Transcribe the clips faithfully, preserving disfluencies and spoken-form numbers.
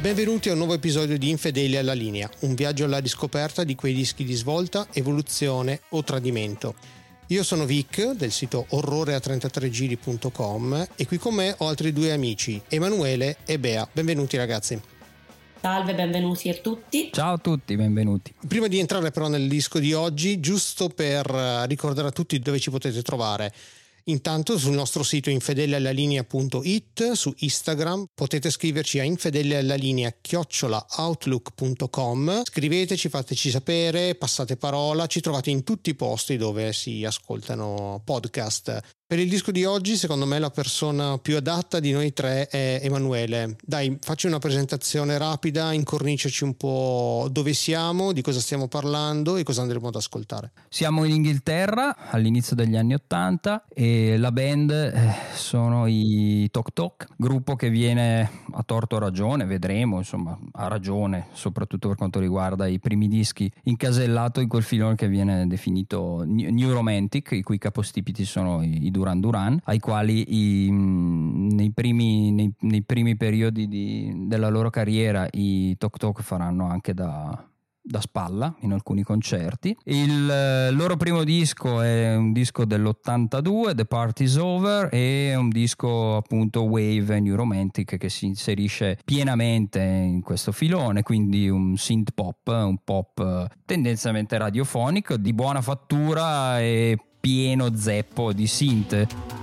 Benvenuti a un nuovo episodio di Infedeli alla linea, un viaggio alla riscoperta di quei dischi di svolta, evoluzione o tradimento. Io sono Vic del sito orrore a trentatré giri punto com e qui con me ho altri due amici, Emanuele e Bea. Benvenuti ragazzi. Salve, benvenuti a tutti. Ciao a tutti, benvenuti. Prima di entrare però nel disco di oggi, giusto per ricordare a tutti dove ci potete trovare. Intanto sul nostro sito infedeliallalinea punto it, su Instagram potete scriverci a infedeliallalinea chiocciola outlook punto com, scriveteci, fateci sapere, passate parola, ci trovate in tutti i posti dove si ascoltano podcast. Per il disco di oggi secondo me la persona più adatta di noi tre è Emanuele. Dai, facci una presentazione rapida, incorniciaci un po' dove siamo, di cosa stiamo parlando e cosa andremo ad ascoltare. Siamo in Inghilterra all'inizio degli anni Ottanta e la band eh, sono i Tok Tok, gruppo che viene a torto o ragione, vedremo, insomma a ragione, soprattutto per quanto riguarda i primi dischi, incasellato in quel filone che viene definito New Romantic, i cui capostipiti sono i Duran Duran, ai quali i, nei, primi, nei, nei primi periodi di, della loro carriera i Tok Tok faranno anche da, da spalla in alcuni concerti. Il loro primo disco è un disco dell'ottantadue, The Party's Over, e è un disco appunto wave New Romantic che si inserisce pienamente in questo filone, quindi un synth pop, un pop tendenzialmente radiofonico, di buona fattura e pieno zeppo di synth.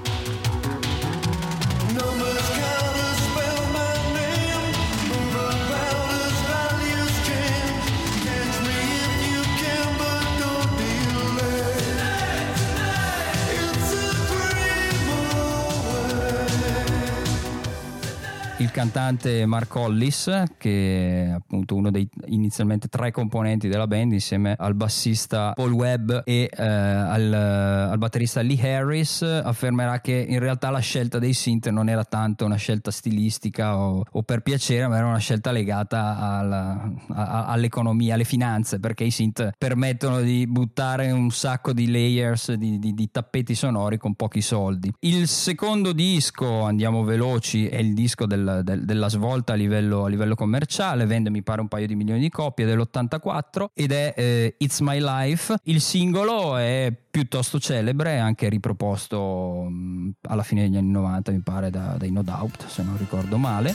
Il cantante Mark Hollis, che è appunto uno dei inizialmente tre componenti della band, insieme al bassista Paul Webb e eh, al, al batterista Lee Harris, affermerà che in realtà la scelta dei synth non era tanto una scelta stilistica o, o per piacere, ma era una scelta legata alla, a, all'economia, alle finanze, perché i synth permettono di buttare un sacco di layers, di, di, di tappeti sonori con pochi soldi. Il secondo disco, andiamo veloci, è il disco del Del, della svolta a livello, a livello commerciale, vende mi pare un paio di milioni di copie, dell'ottantaquattro, ed è eh, It's My Life. Il singolo è piuttosto celebre, anche riproposto mh, alla fine degli anni novanta mi pare da, dai No Doubt, se non ricordo male.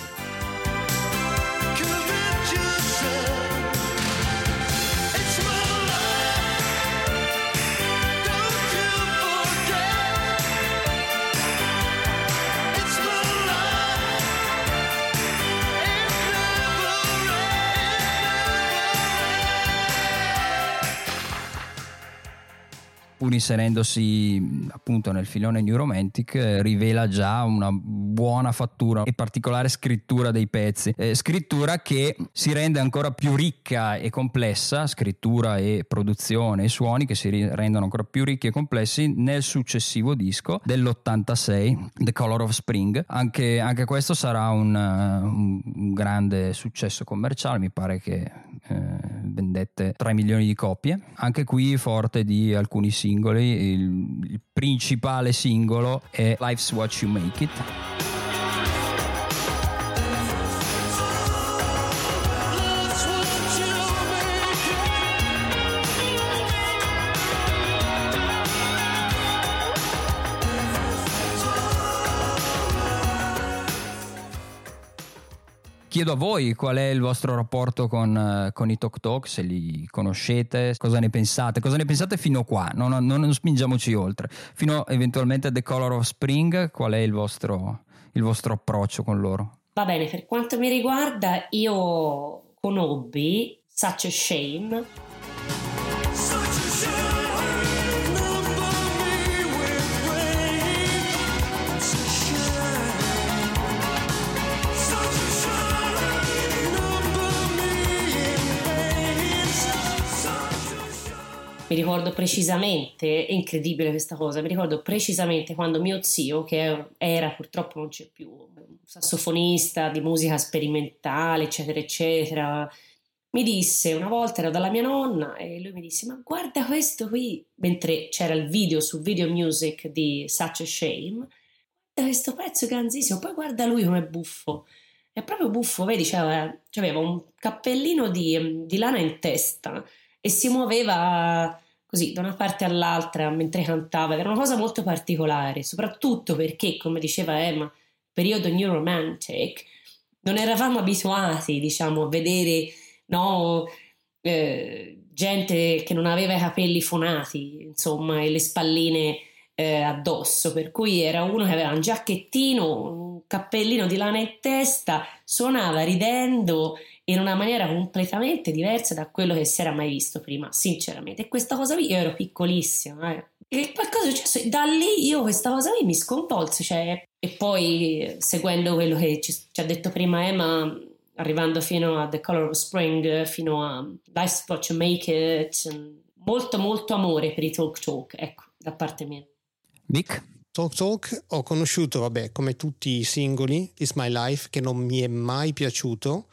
Pur inserendosi appunto nel filone New Romantic, eh, rivela già una buona fattura e particolare scrittura dei pezzi, eh, scrittura che si rende ancora più ricca e complessa, scrittura e produzione e suoni che si rendono ancora più ricchi e complessi nel successivo disco dell'ottantasei, The Color of Spring. Anche, anche questo sarà un, un, un grande successo commerciale, mi pare che eh, vendette tre milioni di copie, anche qui forte di alcuni singoli. Il, il principale singolo è Life's What You Make It. Chiedo a voi qual è il vostro rapporto con, con i Tok Tok, se li conoscete, cosa ne pensate, cosa ne pensate fino qua, non, non, non spingiamoci oltre, fino eventualmente a The Color of Spring. Qual è il vostro, il vostro approccio con loro? Va bene, per quanto mi riguarda, io conobbi Such a Shame. Mi ricordo precisamente, è incredibile questa cosa, mi ricordo precisamente quando mio zio, che era, purtroppo non c'è più, un sassofonista di musica sperimentale, eccetera, eccetera, mi disse, una volta ero dalla mia nonna e lui mi disse: ma guarda questo qui, mentre c'era il video su Video Music di Such a Shame, guarda questo pezzo ganzissimo, poi guarda lui com'è buffo. è proprio buffo, vedi, c'aveva, c'aveva un cappellino di, di lana in testa e si muoveva così da una parte all'altra mentre cantava, era una cosa molto particolare, soprattutto perché, come diceva Emma, periodo New Romantic, non eravamo abituati, diciamo, a vedere, no, eh, gente che non aveva i capelli fonati, insomma, e le spalline eh, addosso, per cui era uno che aveva un giacchettino, un cappellino di lana in testa, suonava ridendo in una maniera completamente diversa da quello che si era mai visto prima, sinceramente. E questa cosa qui, io ero piccolissima, eh. E qualcosa è successo, da lì io questa cosa qui mi sconvolse, cioè, e poi seguendo quello che ci, ci ha detto prima Emma, arrivando fino a The Color of Spring, fino a Life's What You Make It, molto molto amore per i Talk Talk, ecco, da parte mia. Vic? Talk Talk ho conosciuto, vabbè, come tutti i singoli, It's My Life, che non mi è mai piaciuto.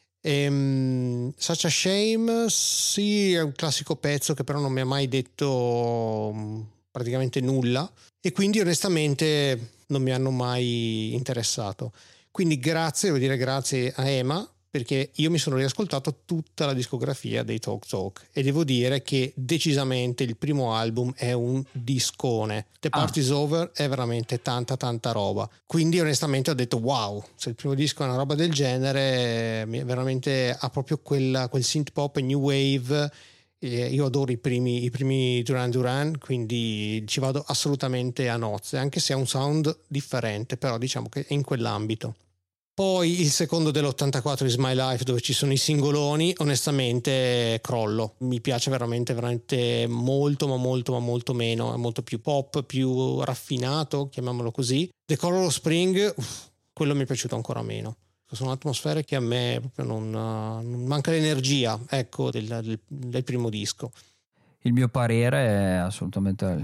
Ehm, Such a Shame, sì, è un classico pezzo che però non mi ha mai detto praticamente nulla e quindi onestamente non mi hanno mai interessato. Quindi grazie, devo dire grazie a Emma, perché io mi sono riascoltato tutta la discografia dei Talk Talk e devo dire che decisamente il primo album è un discone. The Party's ah. Over è veramente tanta tanta roba, quindi onestamente ho detto wow, se il primo disco è una roba del genere veramente ha proprio quella, quel synth pop e new wave. Eh, io adoro i primi, i primi Duran Duran, quindi ci vado assolutamente a nozze, anche se ha un sound differente, però diciamo che è in quell'ambito. Poi il secondo dell'ottantaquattro, Is My Life, dove ci sono i singoloni, onestamente crollo, mi piace veramente veramente molto ma molto ma molto meno, è molto più pop, più raffinato, chiamiamolo così. The Color of Spring, uff, quello mi è piaciuto ancora meno, sono atmosfere che a me proprio non, non manca l'energia, ecco, del, del, del primo disco. Il mio parere è assolutamente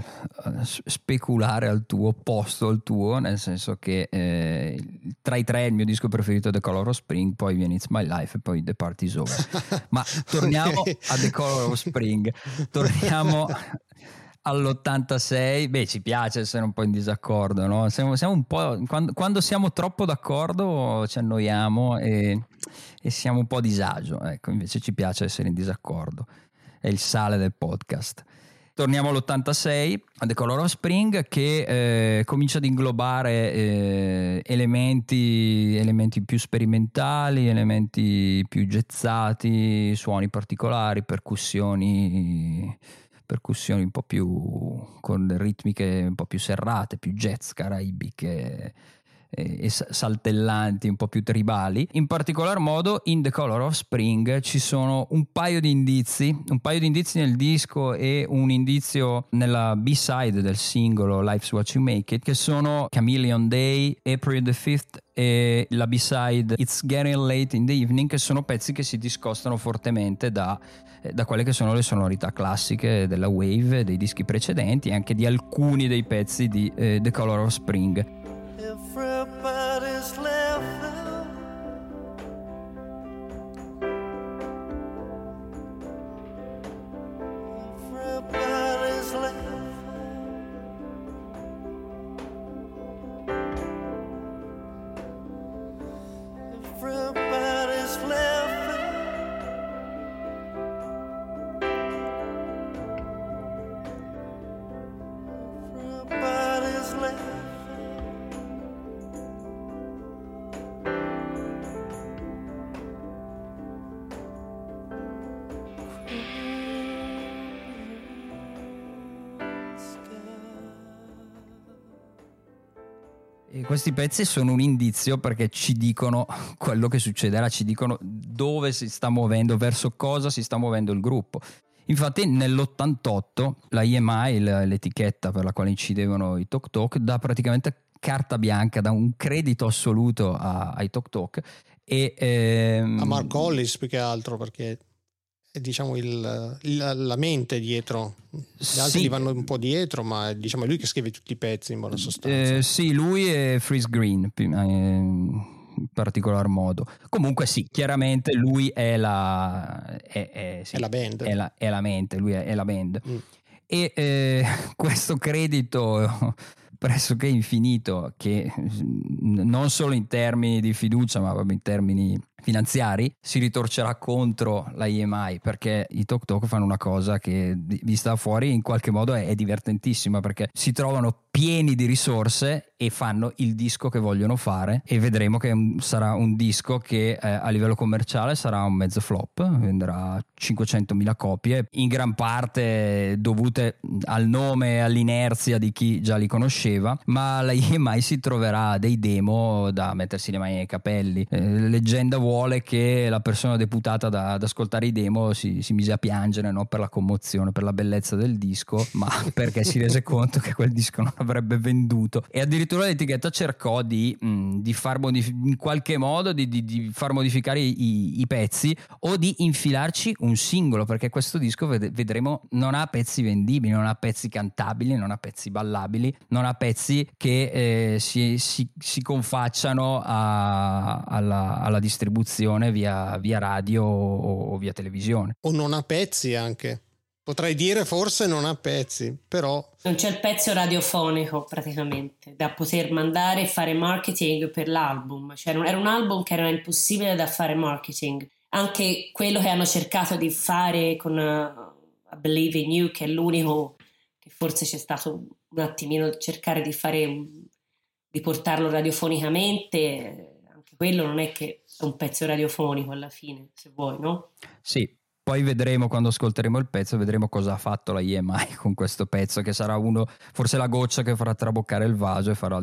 speculare al tuo, opposto al tuo, nel senso che eh, tra i tre il mio disco preferito è The Color of Spring, poi viene It's My Life e poi The Party's Over. Ma torniamo okay. a The Color of Spring, torniamo all'ottantasei. Beh, ci piace essere un po' in disaccordo, no? Siamo, siamo un po', quando, quando siamo troppo d'accordo ci annoiamo e, e siamo un po' a disagio, ecco, invece ci piace essere in disaccordo. È il sale del podcast. Torniamo all'ottantasei, a The Color of Spring, che eh, comincia ad inglobare eh, elementi, elementi più sperimentali, elementi più jazzati, suoni particolari, percussioni, percussioni un po' più con ritmiche un po' più serrate, più jazz caraibiche e saltellanti, un po' più tribali. In particolar modo in The Color of Spring ci sono un paio di indizi un paio di indizi nel disco e un indizio nella B-side del singolo Life's What You Make It, che sono Chameleon Day, April the fifth e la B-side It's Getting Late in the Evening, che sono pezzi che si discostano fortemente da, da quelle che sono le sonorità classiche della wave, dei dischi precedenti e anche di alcuni dei pezzi di eh, The Color of Spring. Everybody's laughing. Everybody's laughing. Everybody's laughing. Everybody's laughing. E questi pezzi sono un indizio perché ci dicono quello che succederà, ci dicono dove si sta muovendo, verso cosa si sta muovendo il gruppo. Infatti nell'ottantotto la E M I, l'etichetta per la quale incidevano i Talk Talk, dà praticamente carta bianca, dà un credito assoluto a, ai Talk Talk e ehm... a Mark Hollis più che altro, perché è diciamo il, il, la mente dietro, gli altri sì. gli vanno un po' dietro, ma diciamo è lui che scrive tutti i pezzi in buona sostanza. Eh, sì, lui e Freeze Green eh, in particolar modo. Comunque sì, chiaramente lui è la è, è, sì, è la band, è la, è la mente, lui è, è la band. Mm. E eh, questo credito pressoché infinito, che non solo in termini di fiducia ma proprio in termini finanziari si ritorcerà contro la I M I, perché i Tok Tok fanno una cosa che vista fuori in qualche modo è, è divertentissima, perché si trovano pieni di risorse e fanno il disco che vogliono fare, e vedremo che sarà un disco che eh, a livello commerciale sarà un mezzo flop, venderà cinquecentomila copie, in gran parte dovute al nome e all'inerzia di chi già li conosceva, ma la I M I si troverà dei demo da mettersi le mani nei capelli. Eh, leggenda vuole che la persona deputata da, ad ascoltare i demo si, si mise a piangere, non per la commozione, per la bellezza del disco, ma perché si rese conto che quel disco non avrebbe venduto, e addirittura l'etichetta cercò di, mh, di far modif- in qualche modo di, di, di far modificare i, i pezzi o di infilarci un singolo, perché questo disco ved- vedremo non ha pezzi vendibili, non ha pezzi cantabili, non ha pezzi ballabili, non ha pezzi che eh, si, si, si confacciano a, alla, alla distribuzione via, via radio o, o via televisione. O non ha pezzi anche. Potrei dire forse non ha pezzi, però... Non c'è il pezzo radiofonico praticamente da poter mandare e fare marketing per l'album. Cioè era un album che era impossibile da fare marketing. Anche quello che hanno cercato di fare con uh, I Believe in You, che è l'unico che forse c'è stato un attimino cercare di fare, di portarlo radiofonicamente, anche quello non è che è un pezzo radiofonico alla fine, se vuoi, no? Sì. Poi vedremo, quando ascolteremo il pezzo, vedremo cosa ha fatto la I M I con questo pezzo, che sarà uno, forse la goccia che farà traboccare il vaso e farà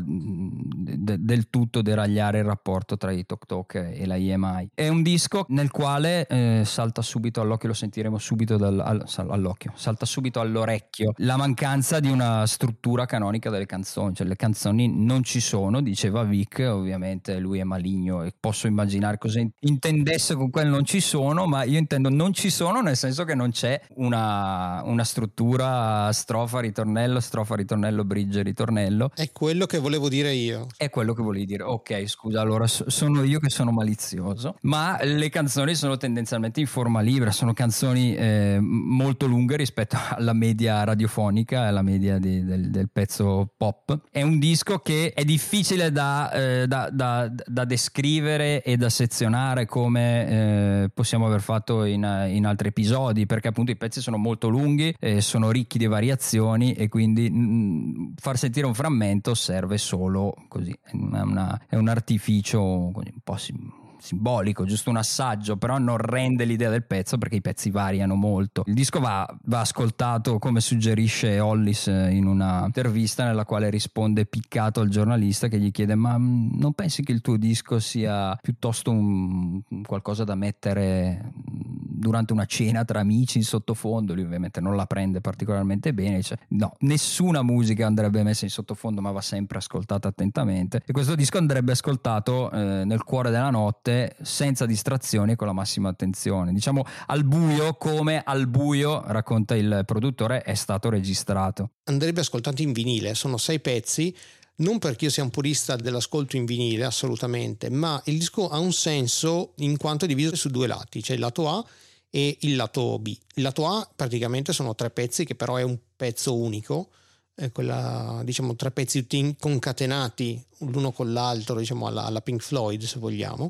de- del tutto deragliare il rapporto tra i Tok Tok e la I M I. È un disco nel quale eh, salta subito all'occhio, lo sentiremo subito dal, all, all'occhio, salta subito all'orecchio la mancanza di una struttura canonica delle canzoni, cioè le canzoni non ci sono, diceva Vic, ovviamente lui è maligno e posso immaginare cosa intendesse con quel non ci sono, ma io intendo non ci sono nel senso che non c'è una, una struttura strofa, ritornello, strofa, ritornello, bridge, ritornello. È quello che volevo dire io. È quello che volevi dire. Ok, scusa, allora sono io che sono malizioso. Ma le canzoni sono tendenzialmente in forma libera, sono canzoni eh, molto lunghe rispetto alla media radiofonica, alla media di, del, del pezzo pop. È un disco che è difficile da, eh, da, da, da descrivere e da sezionare come eh, possiamo aver fatto in, in altri episodi, perché appunto i pezzi sono molto lunghi, eh, sono ricchi di variazioni, e quindi mh, far sentire un frammento serve solo così, è, una, è un artificio così, un po' sim- simbolico, giusto un assaggio, però non rende l'idea del pezzo perché i pezzi variano molto. Il disco va, va ascoltato, come suggerisce Hollis in una intervista nella quale risponde piccato al giornalista che gli chiede: ma non pensi che il tuo disco sia piuttosto un, qualcosa da mettere durante una cena tra amici in sottofondo? Lui ovviamente non la prende particolarmente bene, dice no, nessuna musica andrebbe messa in sottofondo, ma va sempre ascoltata attentamente, e questo disco andrebbe ascoltato eh, nel cuore della notte, senza distrazioni e con la massima attenzione, diciamo al buio, come al buio, racconta il produttore, è stato registrato. Andrebbe ascoltato in vinile, sono sei pezzi, non perché io sia un purista dell'ascolto in vinile, assolutamente, ma il disco ha un senso in quanto è diviso su due lati, c'è il lato A e il lato B. Il lato A praticamente sono tre pezzi, che però è un pezzo unico, è quella, diciamo, tre pezzi tutti concatenati l'uno con l'altro, diciamo alla, alla Pink Floyd, se vogliamo,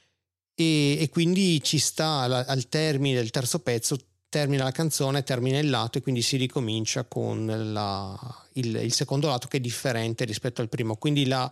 e, e quindi ci sta al, al termine del terzo pezzo, termina la canzone, termina il lato, e quindi si ricomincia con la, il, il secondo lato, che è differente rispetto al primo, quindi la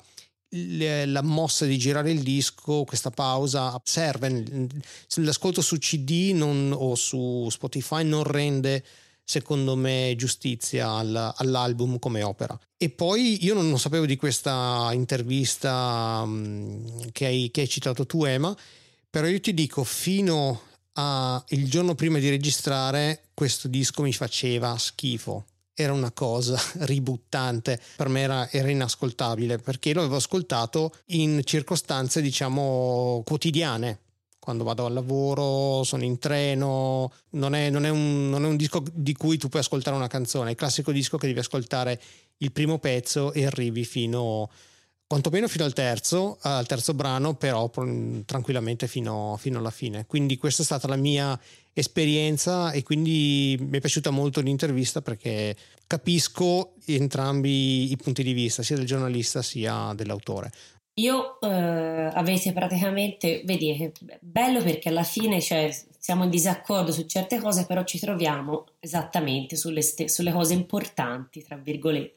la mossa di girare il disco, questa pausa serve. L'ascolto su C D non, o su Spotify non rende, secondo me, giustizia al, all'album come opera. E poi io non, non sapevo di questa intervista um, che, hai, che hai citato tu, Ema, però io ti dico, fino a il giorno prima di registrare questo disco mi faceva schifo. Era una cosa ributtante, per me era, era inascoltabile, perché lo avevo ascoltato in circostanze, diciamo, quotidiane, quando vado al lavoro, sono in treno. Non è, non è, un, non è un disco di cui tu puoi ascoltare una canzone, è il classico disco che devi ascoltare il primo pezzo e arrivi fino, quantomeno fino al terzo, al terzo brano, però tranquillamente fino, fino alla fine. Quindi questa è stata la mia esperienza, e quindi mi è piaciuta molto l'intervista perché capisco entrambi i punti di vista, sia del giornalista sia dell'autore. Io eh, avete praticamente, vedi, è bello perché alla fine, cioè, siamo in disaccordo su certe cose, però ci troviamo esattamente sulle, ste- sulle cose importanti, tra virgolette.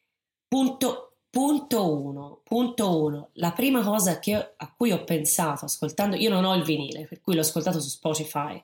Punto, punto uno, punto uno. La prima cosa che, a cui ho pensato ascoltando, io non ho il vinile, per cui l'ho ascoltato su Spotify.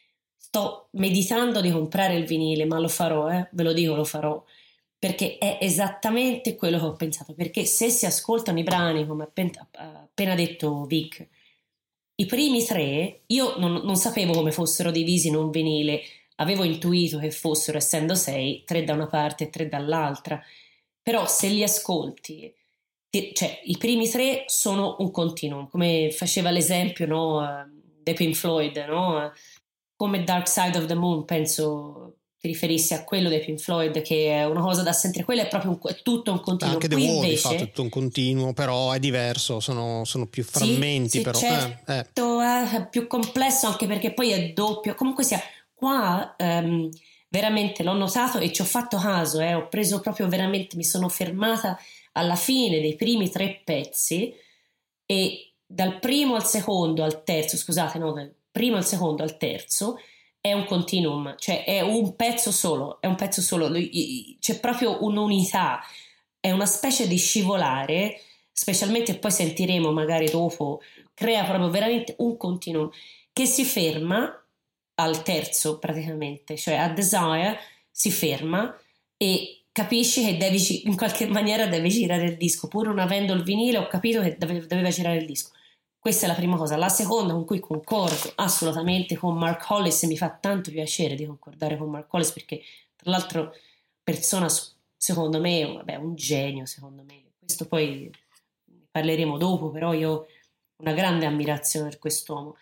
Sto meditando di comprare il vinile, ma lo farò, eh, ve lo dico, lo farò. Perché è esattamente quello che ho pensato, perché se si ascoltano i brani, come ha appena detto Vic, i primi tre, io non, non sapevo come fossero divisi in un vinile, avevo intuito che fossero, essendo sei, tre da una parte e tre dall'altra, però se li ascolti, ti, cioè i primi tre sono un continuum, come faceva l'esempio, no, dei Pink Floyd, no? Come Dark Side of the Moon, penso ti riferissi a quello dei Pink Floyd, che è una cosa da sentire, quello è proprio un, è tutto un continuo. Anche The Qui Wall invece fa tutto un continuo, però è diverso, sono, sono più frammenti. Sì, sì, però certo, eh, eh. è più complesso anche perché poi è doppio, comunque sia qua ehm, veramente l'ho notato e ci ho fatto caso, eh, ho preso proprio veramente, mi sono fermata alla fine dei primi tre pezzi e dal primo al secondo al terzo, scusate, no, dal primo al secondo al terzo è un continuum, cioè è un pezzo solo, è un pezzo solo, c'è proprio un'unità, è una specie di scivolare, specialmente poi sentiremo magari dopo, crea proprio veramente un continuum che si ferma al terzo praticamente, cioè a Desire si ferma e capisci che devi, in qualche maniera devi girare il disco, pur non avendo il vinile ho capito che deve, doveva girare il disco. Questa è la prima cosa. La seconda, con cui concordo assolutamente con Mark Hollis, e mi fa tanto piacere di concordare con Mark Hollis perché tra l'altro persona secondo me, vabbè, un genio secondo me, questo poi ne parleremo dopo, però io ho una grande ammirazione per quest'uomo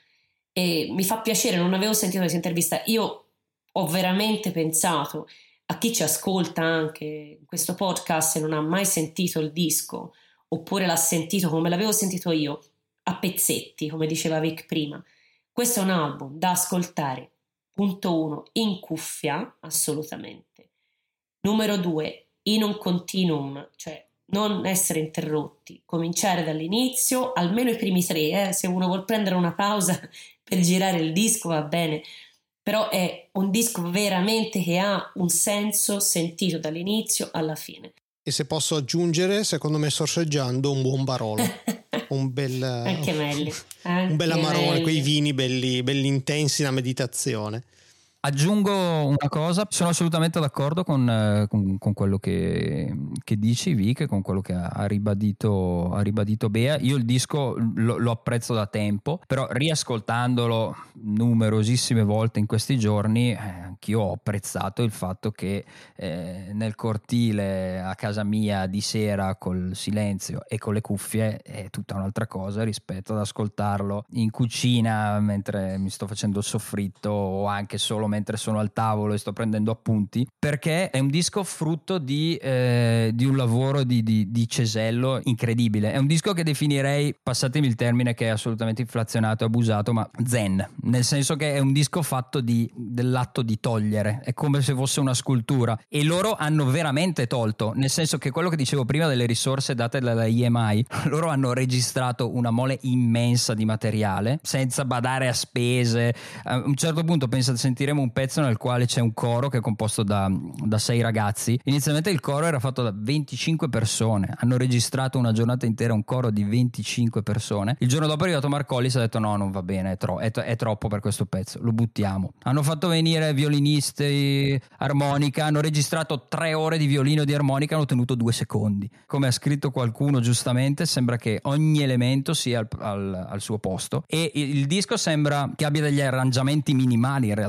e mi fa piacere, non avevo sentito questa intervista, io ho veramente pensato a chi ci ascolta anche in questo podcast e non ha mai sentito il disco oppure l'ha sentito come l'avevo sentito io, a pezzetti, come diceva Vic prima. Questo è un album da ascoltare, punto uno, in cuffia, assolutamente. Numero due, in un continuum, cioè non essere interrotti, cominciare dall'inizio, almeno i primi tre, eh, se uno vuol prendere una pausa per girare il disco va bene, però è un disco veramente che ha un senso sentito dall'inizio alla fine. E se posso aggiungere, secondo me sorseggiando un buon Barolo. Un bel, anche meglio, anche un bel amarone, meglio. quei vini belli, belli intensi, una meditazione. Aggiungo una cosa, sono assolutamente d'accordo con, con, con quello che, che dici Vic, con quello che ha ribadito, ha ribadito Bea. Io il disco lo, lo apprezzo da tempo, però riascoltandolo numerosissime volte in questi giorni, eh, anch'io ho apprezzato il fatto che eh, nel cortile a casa mia di sera col silenzio e con le cuffie è tutta un'altra cosa rispetto ad ascoltarlo in cucina mentre mi sto facendo il soffritto o anche solo mentre sono al tavolo e sto prendendo appunti, perché è un disco frutto di, eh, di un lavoro di, di, di cesello incredibile. È un disco che definirei, passatemi il termine che è assolutamente inflazionato e abusato, ma zen, nel senso che è un disco fatto di, dell'atto di togliere, è come se fosse una scultura e loro hanno veramente tolto, nel senso che quello che dicevo prima delle risorse date dalla I M I, loro hanno registrato una mole immensa di materiale senza badare a spese. A un certo punto pensa, sentiremo un pezzo nel quale c'è un coro che è composto da, da sei ragazzi. Inizialmente il coro era fatto da venticinque persone, hanno registrato una giornata intera un coro di venticinque persone. Il giorno dopo è arrivato Mark Hollis e ha detto no, non va bene, è, tro- è, è troppo per questo pezzo, lo buttiamo. Hanno fatto venire violinisti, armonica, hanno registrato tre ore di violino e di armonica, hanno tenuto due secondi. Come ha scritto qualcuno giustamente, sembra che ogni elemento sia al, al, al suo posto e il disco sembra che abbia degli arrangiamenti minimali, in realtà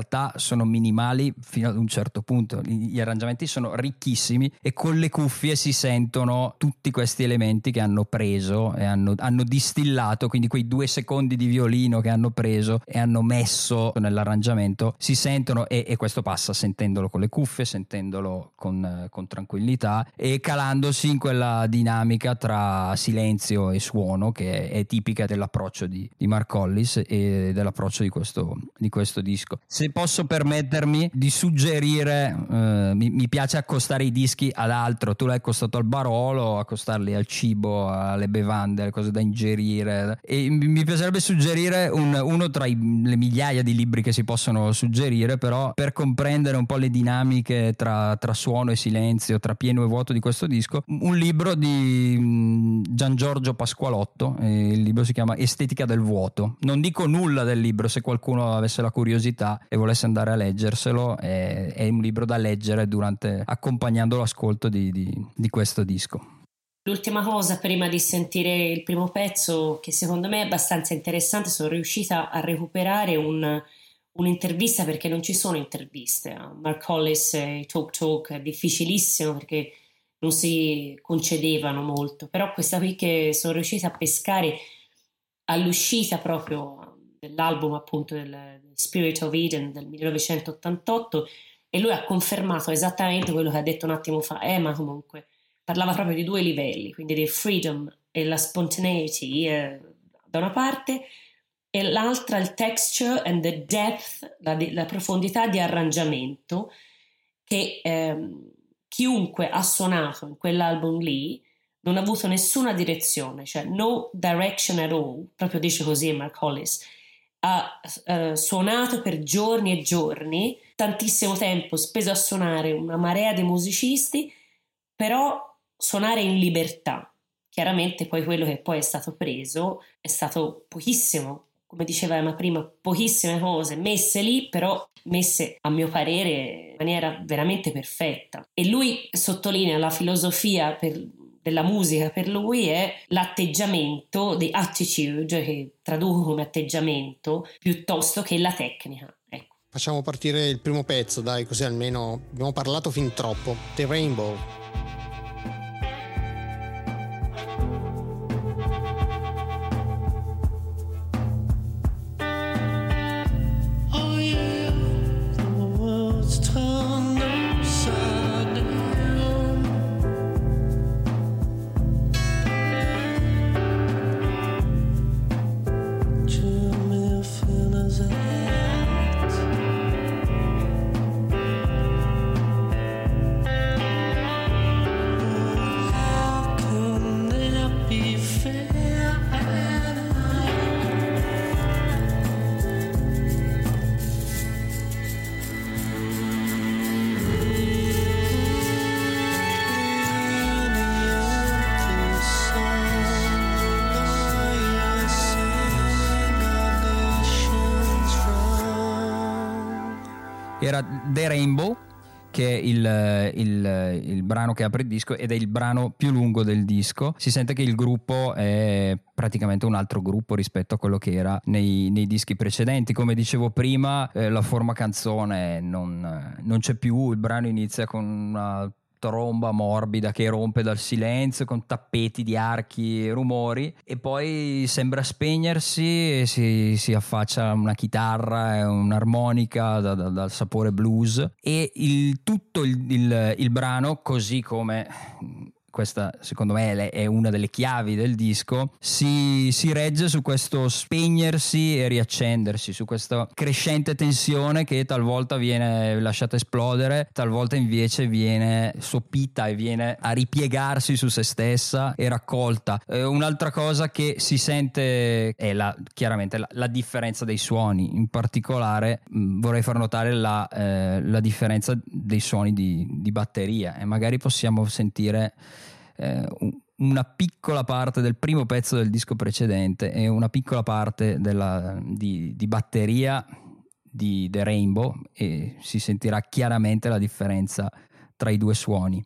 sono minimali fino ad un certo punto, gli arrangiamenti sono ricchissimi e con le cuffie si sentono tutti questi elementi che hanno preso e hanno, hanno distillato, quindi quei due secondi di violino che hanno preso e hanno messo nell'arrangiamento si sentono, e, e questo passa sentendolo con le cuffie, sentendolo con, con tranquillità e calandosi in quella dinamica tra silenzio e suono che è tipica dell'approccio di, di Mark Hollis e dell'approccio di questo, di questo disco. Se posso permettermi di suggerire, eh, mi, mi piace accostare i dischi ad altro. Tu l'hai accostato al Barolo, accostarli al cibo, alle bevande, alle cose da ingerire, e mi piacerebbe suggerire un, uno tra i, le migliaia di libri che si possono suggerire, però per comprendere un po' le dinamiche tra, tra suono e silenzio, tra pieno e vuoto di questo disco, un libro di Gian Giorgio Pasqualotto, il libro si chiama Estetica del vuoto. Non dico nulla del libro, se qualcuno avesse la curiosità e volesse andare a leggerselo, è, è un libro da leggere durante accompagnando l'ascolto di, di, di questo disco. L'ultima cosa prima di sentire il primo pezzo, che secondo me è abbastanza interessante, sono riuscita a recuperare un, un'intervista, perché non ci sono interviste a Mark Hollis e Talk Talk, è difficilissimo perché non si concedevano molto, però questa qui che sono riuscita a pescare all'uscita proprio dell'album appunto del Spirit of Eden del millenovecentottantotto, e lui ha confermato esattamente quello che ha detto un attimo fa, eh ma comunque parlava proprio di due livelli, quindi del freedom e la spontaneity eh, da una parte, e l'altra il texture and the depth, la, la profondità di arrangiamento che ehm, chiunque ha suonato in quell'album lì non ha avuto nessuna direzione, cioè no direction at all, proprio dice così Mark Hollis, ha eh, suonato per giorni e giorni, tantissimo tempo speso a suonare, una marea di musicisti, però suonare in libertà. Chiaramente poi quello che poi è stato preso è stato pochissimo, come diceva Emma prima, pochissime cose messe lì, però messe a mio parere in maniera veramente perfetta. E lui sottolinea la filosofia per, della musica, per lui è l'atteggiamento, the attitude, che traduco come atteggiamento, piuttosto che la tecnica. Ecco. Facciamo partire il primo pezzo, dai, così almeno abbiamo parlato fin troppo. The Rainbow. Era The Rainbow, che è il, il, il brano che apre il disco ed è il brano più lungo del disco. Si sente che il gruppo è praticamente un altro gruppo rispetto a quello che era nei, nei dischi precedenti. Come dicevo prima, eh, la forma canzone non, non c'è più, il brano inizia con una tromba morbida che rompe dal silenzio con tappeti di archi e rumori, e poi sembra spegnersi e si, si affaccia una chitarra e un'armonica da, da, dal sapore blues, e il, tutto il, il, il brano, così come questa secondo me è una delle chiavi del disco, si, si regge su questo spegnersi e riaccendersi, su questa crescente tensione che talvolta viene lasciata esplodere, talvolta invece viene soppita e viene a ripiegarsi su se stessa e raccolta. Eh, un'altra cosa che si sente è la, chiaramente la, la differenza dei suoni, in particolare mh, vorrei far notare la, eh, la differenza dei suoni di, di batteria, e magari possiamo sentire Eh, una piccola parte del primo pezzo del disco precedente e una piccola parte della, di, di batteria di The Rainbow, e si sentirà chiaramente la differenza tra i due suoni.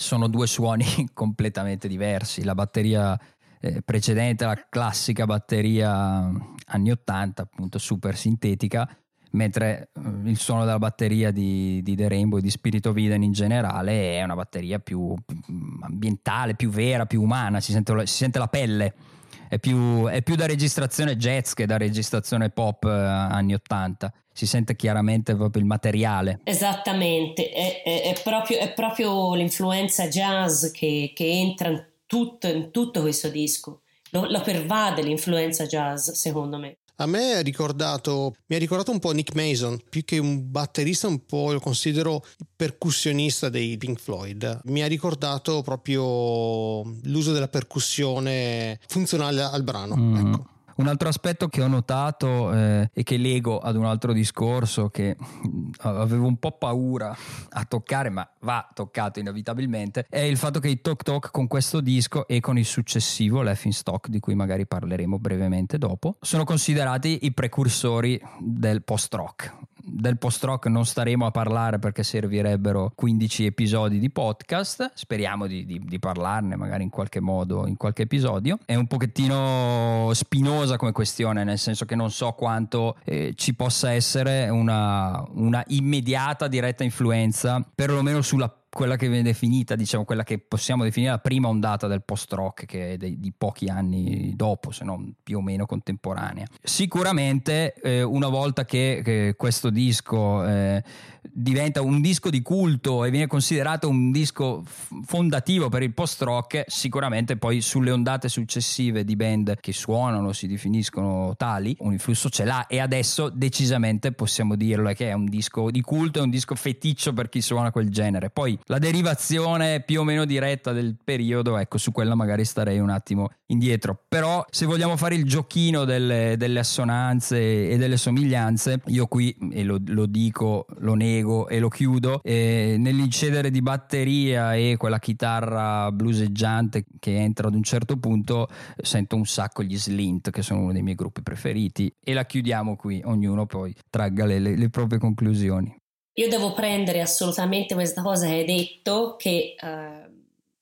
sono due suoni completamente diversi. La batteria eh, precedente, la classica batteria anni ottanta, appunto super sintetica, mentre eh, il suono della batteria di, di The Rainbow e di Spirit of Eden in generale è una batteria più, più ambientale, più vera, più umana, si sente, si sente la pelle, è più, è più da registrazione jazz che da registrazione pop eh, anni ottanta. Si sente chiaramente proprio il materiale. Esattamente, è, è, è, proprio, è proprio l'influenza jazz che, che entra in tutto, in tutto questo disco, lo, lo pervade l'influenza jazz, secondo me. A me è ricordato, mi ha ricordato un po' Nick Mason, più che un batterista, un po' lo considero il percussionista dei Pink Floyd. Mi ha ricordato proprio l'uso della percussione funzionale al brano, mm. ecco. Un altro aspetto che ho notato eh, e che lego ad un altro discorso che avevo un po' paura a toccare, ma va toccato inevitabilmente, è il fatto che i Talk Talk con questo disco e con il successivo Laughing Stock, di cui magari parleremo brevemente dopo, sono considerati i precursori del post-rock. Del post-rock non staremo a parlare perché servirebbero quindici episodi di podcast, speriamo di, di, di parlarne magari in qualche modo in qualche episodio. È un pochettino spinosa come questione, nel senso che non so quanto eh, ci possa essere una, una immediata diretta influenza, perlomeno sulla quella che viene definita, diciamo quella che possiamo definire la prima ondata del post-rock, che è dei, di pochi anni dopo, se non più o meno contemporanea. Sicuramente eh, una volta che, che questo disco eh, diventa un disco di culto e viene considerato un disco f- fondativo per il post-rock, sicuramente poi sulle ondate successive di band che suonano, si definiscono tali, un influsso ce l'ha, e adesso decisamente possiamo dirlo che è un disco di culto, è un disco feticcio per chi suona quel genere. Poi la derivazione più o meno diretta del periodo, ecco, su quella magari starei un attimo indietro. Però se vogliamo fare il giochino delle, delle assonanze e delle somiglianze, io qui, e lo, lo dico, lo nego e lo chiudo, eh, nell'incedere di batteria e quella chitarra blueseggiante che entra ad un certo punto, sento un sacco gli Slint, che sono uno dei miei gruppi preferiti, e la chiudiamo qui, ognuno poi tragga le, le, le proprie conclusioni. Io devo prendere assolutamente questa cosa che hai detto, che eh,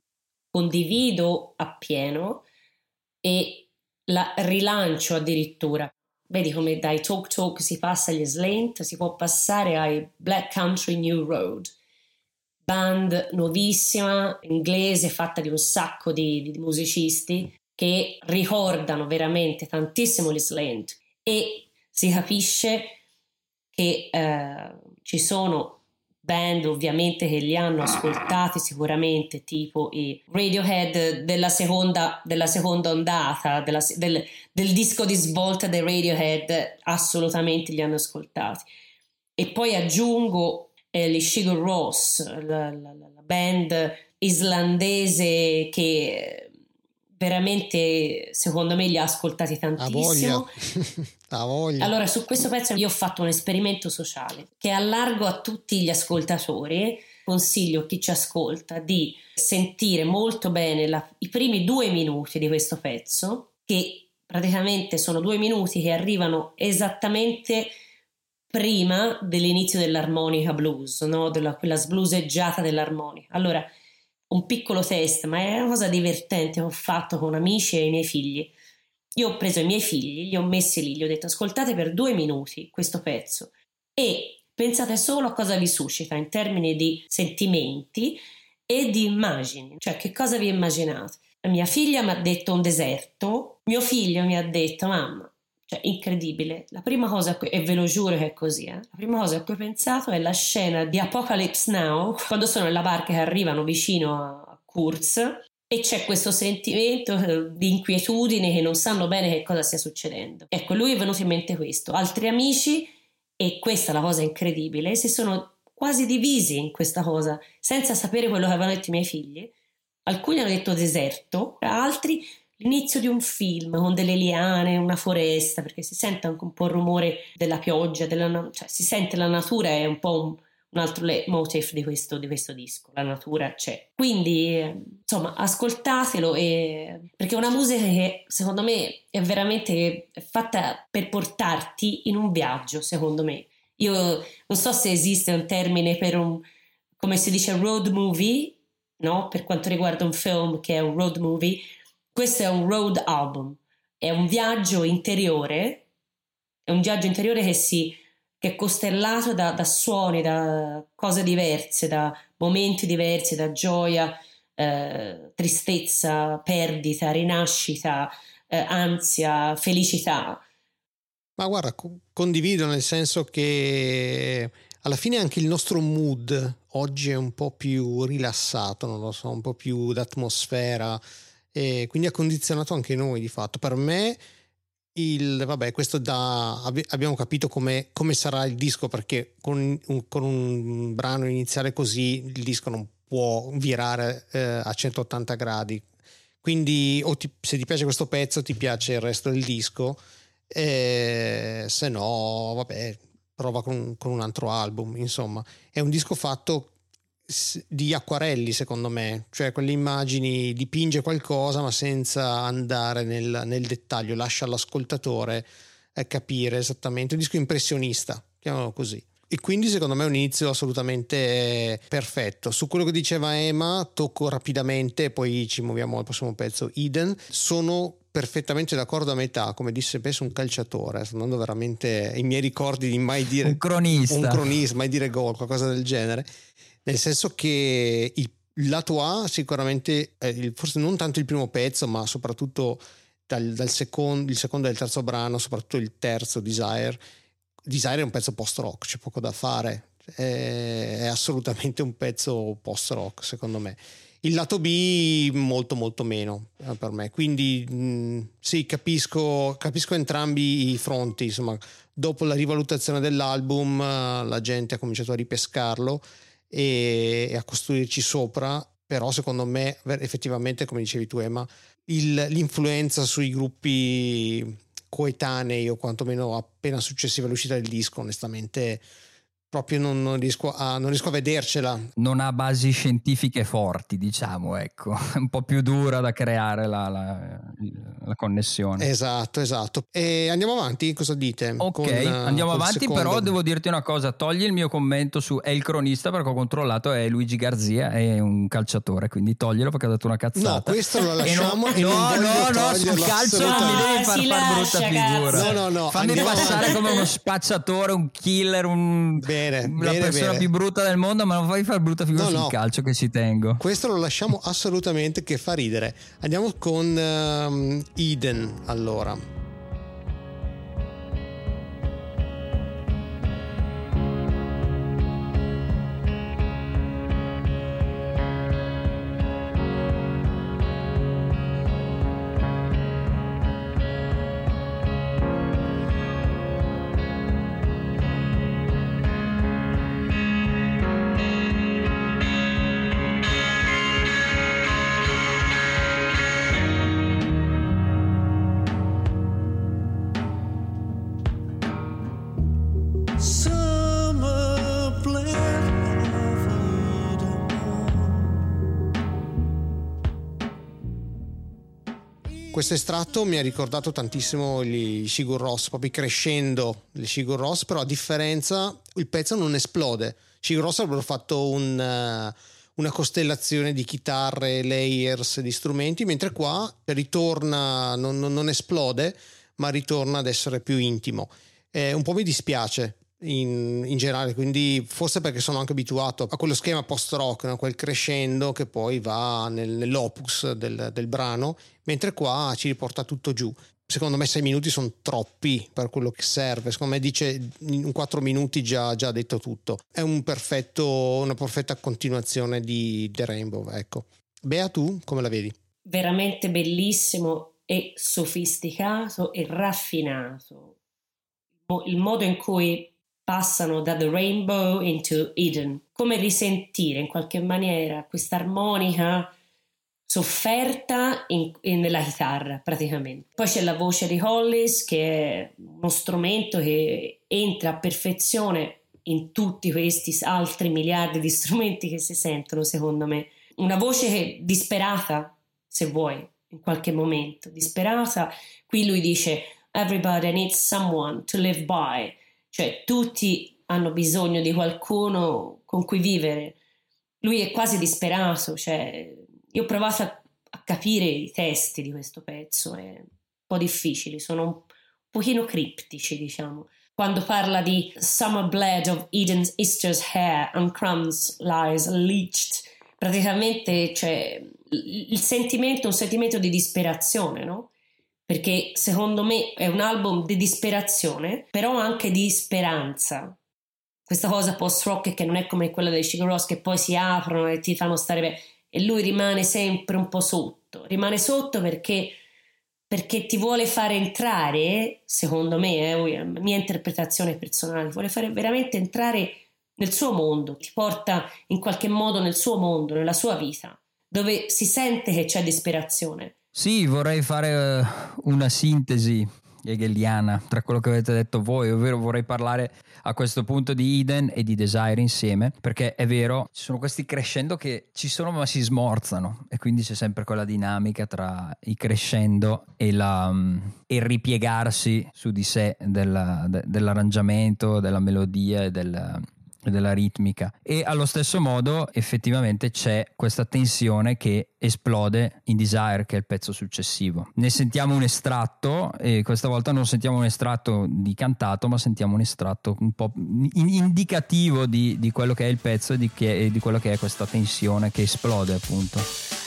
condivido appieno e la rilancio addirittura. Vedi come dai Talk Talk si passa agli Slint, si può passare ai Black Country New Road, band nuovissima, inglese, fatta di un sacco di, di musicisti che ricordano veramente tantissimo gli Slint, e si capisce che eh, ci sono band ovviamente che li hanno ascoltati sicuramente, tipo i Radiohead della seconda, della seconda ondata, della, del, del disco di svolta dei Radiohead, assolutamente li hanno ascoltati. E poi aggiungo eh, gli Sigur Rós, la, la, la band islandese che veramente secondo me li ha ascoltati tantissimo. A voglia. Allora, su questo pezzo io ho fatto un esperimento sociale che allargo a tutti gli ascoltatori. Consiglio a chi ci ascolta di sentire molto bene la, i primi due minuti di questo pezzo, che praticamente sono due minuti che arrivano esattamente prima dell'inizio dell'armonica blues, no? Della, quella sblueseggiata dell'armonica. Allora, un piccolo test, ma è una cosa divertente che ho fatto con amici e i miei figli. Io ho preso i miei figli, li ho messi lì, gli ho detto ascoltate per due minuti questo pezzo e pensate solo a cosa vi suscita in termini di sentimenti e di immagini, cioè che cosa vi immaginate. Mia figlia mi ha detto un deserto, mio figlio mi ha detto mamma, cioè incredibile, la prima cosa, que- e ve lo giuro che è così, eh? La prima cosa a cui ho pensato è la scena di Apocalypse Now, quando sono nella barca che arrivano vicino a Kurz e c'è questo sentimento di inquietudine, che non sanno bene che cosa stia succedendo. Ecco, lui è venuto in mente questo. Altri amici, e questa è la cosa incredibile, si sono quasi divisi in questa cosa, senza sapere quello che avevano detto i miei figli. Alcuni hanno detto deserto, altri l'inizio di un film con delle liane, una foresta, perché si sente anche un po' il rumore della pioggia, della, cioè si sente la natura, è un po' un, un altro leitmotiv di questo, di questo disco, la natura c'è. Quindi insomma ascoltatelo, e, perché è una musica che secondo me è veramente fatta per portarti in un viaggio, secondo me. Io non so se esiste un termine per un, come si dice, road movie, no? Per quanto riguarda un film che è un road movie, questo è un road album, è un viaggio interiore, è un viaggio interiore che si che è costellato da, da suoni, da cose diverse, da momenti diversi, da gioia, eh, tristezza, perdita, rinascita, eh, ansia, felicità. Ma guarda, co- condivido, nel senso che alla fine anche il nostro mood oggi è un po' più rilassato, non lo so, un po' più d'atmosfera, e quindi ha condizionato anche noi di fatto. Per me il vabbè, questo da abbi- abbiamo capito come, come sarà il disco, perché con un, con un brano iniziale così il disco non può virare eh, a centottanta gradi. Quindi o ti- se ti piace questo pezzo ti piace il resto del disco, e se no vabbè, prova con, con un altro album. Insomma, è un disco fatto s- di acquarelli, secondo me, cioè quelle immagini, dipinge qualcosa ma senza andare nel, nel dettaglio, lascia all'ascoltatore eh, capire esattamente, un disco impressionista, chiamiamolo così. E quindi secondo me è un inizio assolutamente perfetto. Su quello che diceva Emma tocco rapidamente e poi ci muoviamo al prossimo pezzo, Eden. Sono perfettamente d'accordo a metà, come disse penso un calciatore, sto andando veramente i miei ricordi di mai dire un cronista, un cronista, mai dire gol, qualcosa del genere, nel senso che il lato A sicuramente è il, forse non tanto il primo pezzo, ma soprattutto dal, dal secondo, il secondo e il terzo brano, soprattutto il terzo, Desire. Desire è un pezzo post-rock, c'è poco da fare, è, è assolutamente un pezzo post-rock secondo me. Il lato B molto molto meno eh, per me, quindi mh, sì, capisco, capisco entrambi i fronti. Insomma, dopo la rivalutazione dell'album eh, la gente ha cominciato a ripescarlo e, e a costruirci sopra, però secondo me effettivamente, come dicevi tu Emma, il, l'influenza sui gruppi coetanei o quantomeno appena successiva all'uscita del disco onestamente proprio non, non, riesco a, non riesco a vedercela. Non ha basi scientifiche forti, diciamo, ecco, è un po' più dura da creare la, la, la connessione. Esatto, esatto. E andiamo avanti, cosa dite? Ok, con, andiamo con avanti, secondo... però devo dirti una cosa, togli il mio commento su È il cronista, perché ho controllato, è Luigi Garzia, è un calciatore, quindi toglielo perché ha detto una cazzata. No, questo lo lasciamo e e non, no, e non no, no, sul calcio non mi devi far si fare lascia, brutta figura. No, no, no, fammi passare avanti. come uno spacciatore, un killer, un, bene, la bene, persona bene. più brutta del mondo, ma non fai fare brutta figura No, sul no. calcio, che ci tengo. Questo lo lasciamo assolutamente, che fa ridere. Andiamo con um, Eden allora. Questo estratto mi ha ricordato tantissimo gli Sigur Rós, proprio crescendo gli Sigur Rós, però a differenza il pezzo non esplode. Sigur Rós avrebbero fatto un, uh, una costellazione di chitarre, layers di strumenti, mentre qua ritorna, non, non, non esplode, ma ritorna ad essere più intimo. Eh, un po' mi dispiace in, in generale, quindi forse perché sono anche abituato a quello schema post-rock, no? Quel crescendo che poi va nel, nell'opus del, del brano, mentre qua ci riporta tutto giù. Secondo me sei minuti sono troppi per quello che serve. Secondo me dice in quattro minuti già, già detto tutto. È un perfetto, una perfetta continuazione di The Rainbow, ecco. Bea, tu come la vedi? Veramente bellissimo e sofisticato e raffinato. Il modo in cui passano da The Rainbow into Eden, come risentire in qualche maniera questa armonica sofferta in, in, nella chitarra praticamente. Poi c'è la voce di Hollis, che è uno strumento che entra a perfezione in tutti questi altri miliardi di strumenti che si sentono, secondo me. Una voce che, disperata, se vuoi, in qualche momento, disperata. Qui lui dice everybody needs someone to live by, cioè tutti hanno bisogno di qualcuno con cui vivere. lui è quasi disperato, cioè io ho provato a, a capire i testi di questo pezzo, è un po' difficili, sono un pochino criptici, diciamo. Quando parla di summer bled of Eden's Easter's hair and crumbs lies leached, praticamente c'è il sentimento, un sentimento di disperazione, no? Perché secondo me è un album di disperazione, però anche di speranza. Questa cosa post-rock che non è come quella dei Sigur Rós, che poi si aprono e ti fanno stare bene, e lui rimane sempre un po' sotto, rimane sotto perché, perché ti vuole fare entrare, secondo me, è la mia interpretazione personale, vuole fare veramente entrare nel suo mondo, ti porta in qualche modo nel suo mondo, nella sua vita, dove si sente che c'è disperazione. Sì, vorrei fare una sintesi hegeliana tra quello che avete detto voi, ovvero vorrei parlare a questo punto di Eden e di Desire insieme, perché è vero, ci sono questi crescendo che ci sono ma si smorzano, e quindi c'è sempre quella dinamica tra i crescendo e, la, e il ripiegarsi su di sé della, de, dell'arrangiamento, della melodia e del della ritmica, e allo stesso modo effettivamente c'è questa tensione che esplode in Desire, che è il pezzo successivo. Ne sentiamo un estratto, e questa volta non sentiamo un estratto di cantato, ma sentiamo un estratto un po' indicativo di, di quello che è il pezzo e di, che, e di quello che è questa tensione che esplode, appunto.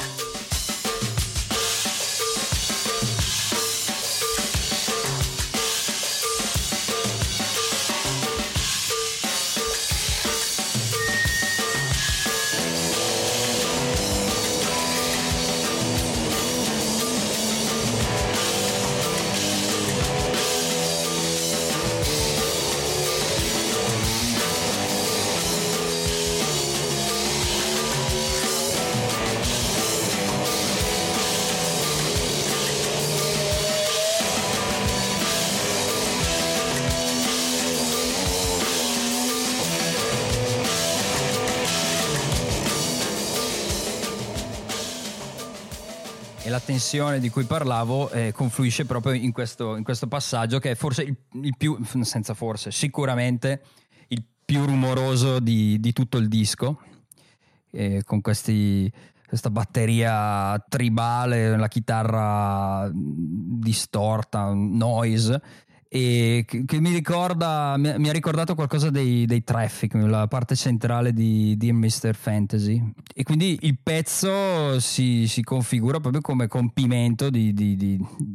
La tensione di cui parlavo eh, confluisce proprio in questo, in questo passaggio, che è forse il, il più, senza forse, sicuramente il più rumoroso di, di tutto il disco, eh, con questi, questa batteria tribale, la chitarra distorta, noise, e che, che mi ricorda, mi, mi ha ricordato qualcosa dei, dei Traffic, la parte centrale di Dear mister Fantasy, e quindi il pezzo si, si configura proprio come compimento di, di, di,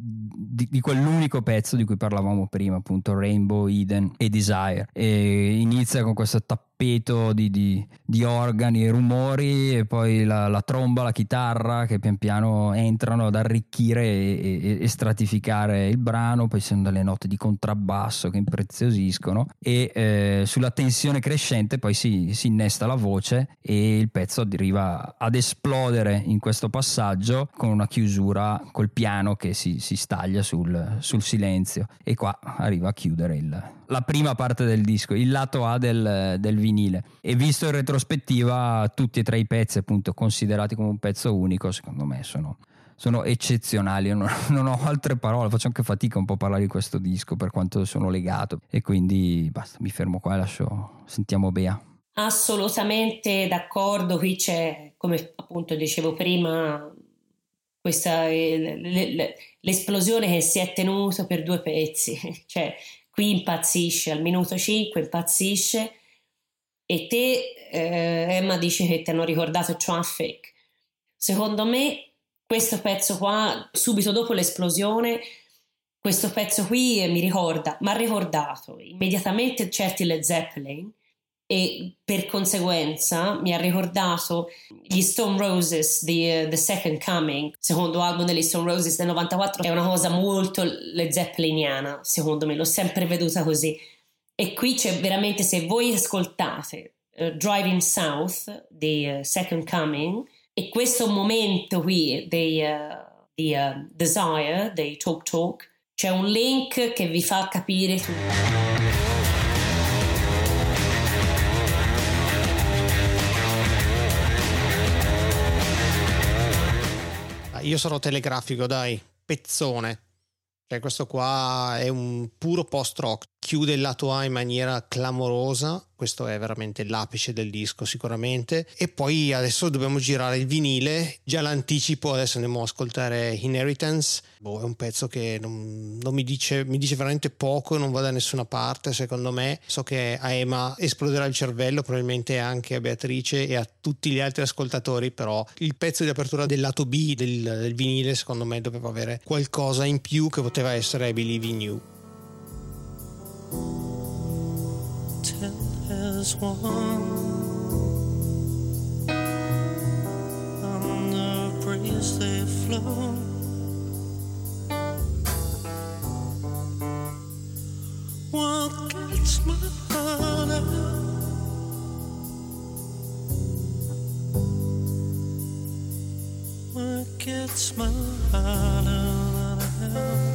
di, di quell'unico pezzo di cui parlavamo prima, appunto Rainbow, Eden e Desire, e inizia con questo tappeto di, di, di organi e rumori, e poi la, la tromba, la chitarra che pian piano entrano ad arricchire e, e, e stratificare il brano, poi ci sono delle note di contrabbasso che impreziosiscono, e eh, sulla tensione crescente poi si, si innesta la voce e il pezzo arriva ad esplodere in questo passaggio con una chiusura col piano che si, si staglia sul, sul silenzio, e qua arriva a chiudere il, la prima parte del disco, il lato A del, del vinile. E visto in retrospettiva tutti e tre i pezzi, appunto considerati come un pezzo unico, secondo me sono sono eccezionali. Io non, non ho altre parole, faccio anche fatica un po' a parlare di questo disco per quanto sono legato, e quindi basta, mi fermo qua e lascio, sentiamo Bea. Assolutamente d'accordo, qui c'è, come appunto dicevo prima, questa l'esplosione che si è tenuta per due pezzi, cioè qui impazzisce, al minuto cinque impazzisce, e te eh, Emma dice che ti hanno ricordato Traffic. Secondo me questo pezzo qua, subito dopo l'esplosione, questo pezzo qui mi ricorda, mi ha ricordato immediatamente certi Led Zeppelin, e per conseguenza mi ha ricordato gli Stone Roses di uh, The Second Coming, secondo album degli Stone Roses del novantaquattro. È una cosa molto Led Zeppeliniana, secondo me, l'ho sempre veduta così. E qui c'è veramente, se voi ascoltate uh, Driving South di uh, Second Coming, e questo momento qui dei, uh, di uh, Desire, dei Talk Talk, c'è un link che vi fa capire tutto. Io sarò telegrafico, dai, pezzone. Cioè questo qua è un puro post-rock. chiude il lato A in maniera clamorosa. Questo è veramente l'apice del disco sicuramente. E poi adesso dobbiamo girare il vinile, già l'anticipo, adesso andiamo a ascoltare Inheritance. Boh, è un pezzo che non, non mi dice mi dice veramente poco, non va da nessuna parte secondo me. So che a Ema esploderà il cervello, probabilmente anche a Beatrice e a tutti gli altri ascoltatori, però il pezzo di apertura del lato B del, del vinile secondo me doveva avere qualcosa in più, che poteva essere I Believe in You. Ten has one on the breeze they flow. What gets my heart out? What gets my heart out?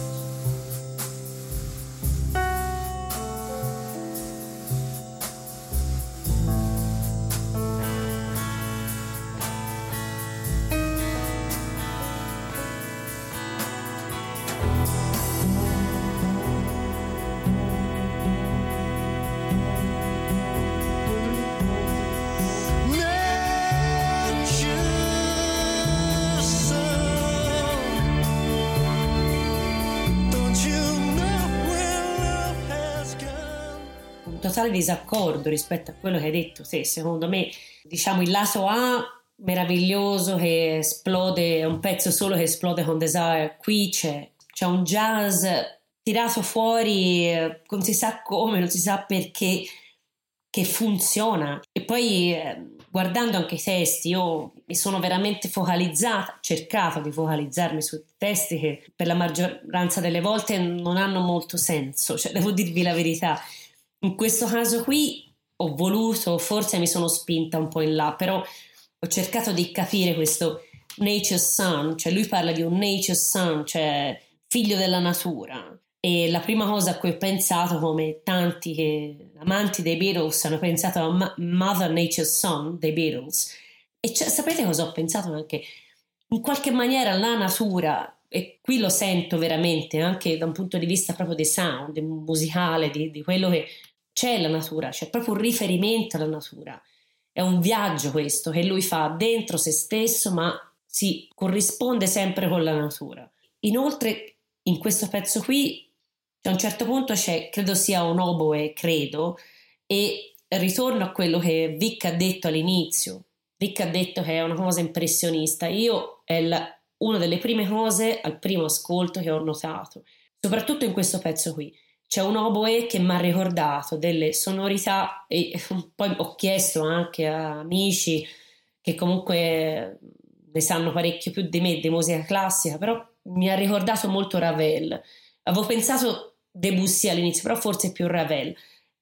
Totale disaccordo rispetto a quello che hai detto te. Secondo me, diciamo, il lato A meraviglioso che esplode, è un pezzo solo che esplode con Desire. Qui c'è, c'è un jazz tirato fuori, non si sa come, non si sa perché, che funziona. E poi eh, guardando anche i testi, io mi sono veramente focalizzata, cercato di focalizzarmi sui testi che per la maggioranza delle volte non hanno molto senso, cioè devo dirvi la verità. In questo caso qui ho voluto, forse mi sono spinta un po' in là, però ho cercato di capire questo nature's son, cioè lui parla di un nature's son, cioè figlio della natura. E la prima cosa a cui ho pensato, come tanti che, amanti dei Beatles hanno pensato a Ma- Mother Nature's Son dei Beatles, e cioè, sapete cosa ho pensato anche? In qualche maniera la natura, e qui lo sento veramente anche da un punto di vista proprio di sound, musicale, di, di quello che c'è la natura, c'è proprio un riferimento alla natura. È un viaggio questo che lui fa dentro se stesso, ma si corrisponde sempre con la natura. Inoltre in questo pezzo qui a un certo punto c'è, credo sia un oboe, credo, e ritorno a quello che Vic ha detto all'inizio. Vic ha detto che è una cosa impressionista. Io è la, una delle prime cose al primo ascolto che ho notato, soprattutto in questo pezzo qui. C'è un oboe che mi ha ricordato delle sonorità, e poi ho chiesto anche a amici che comunque ne sanno parecchio più di me di musica classica, però mi ha ricordato molto Ravel. Avevo pensato Debussy all'inizio, però forse più Ravel,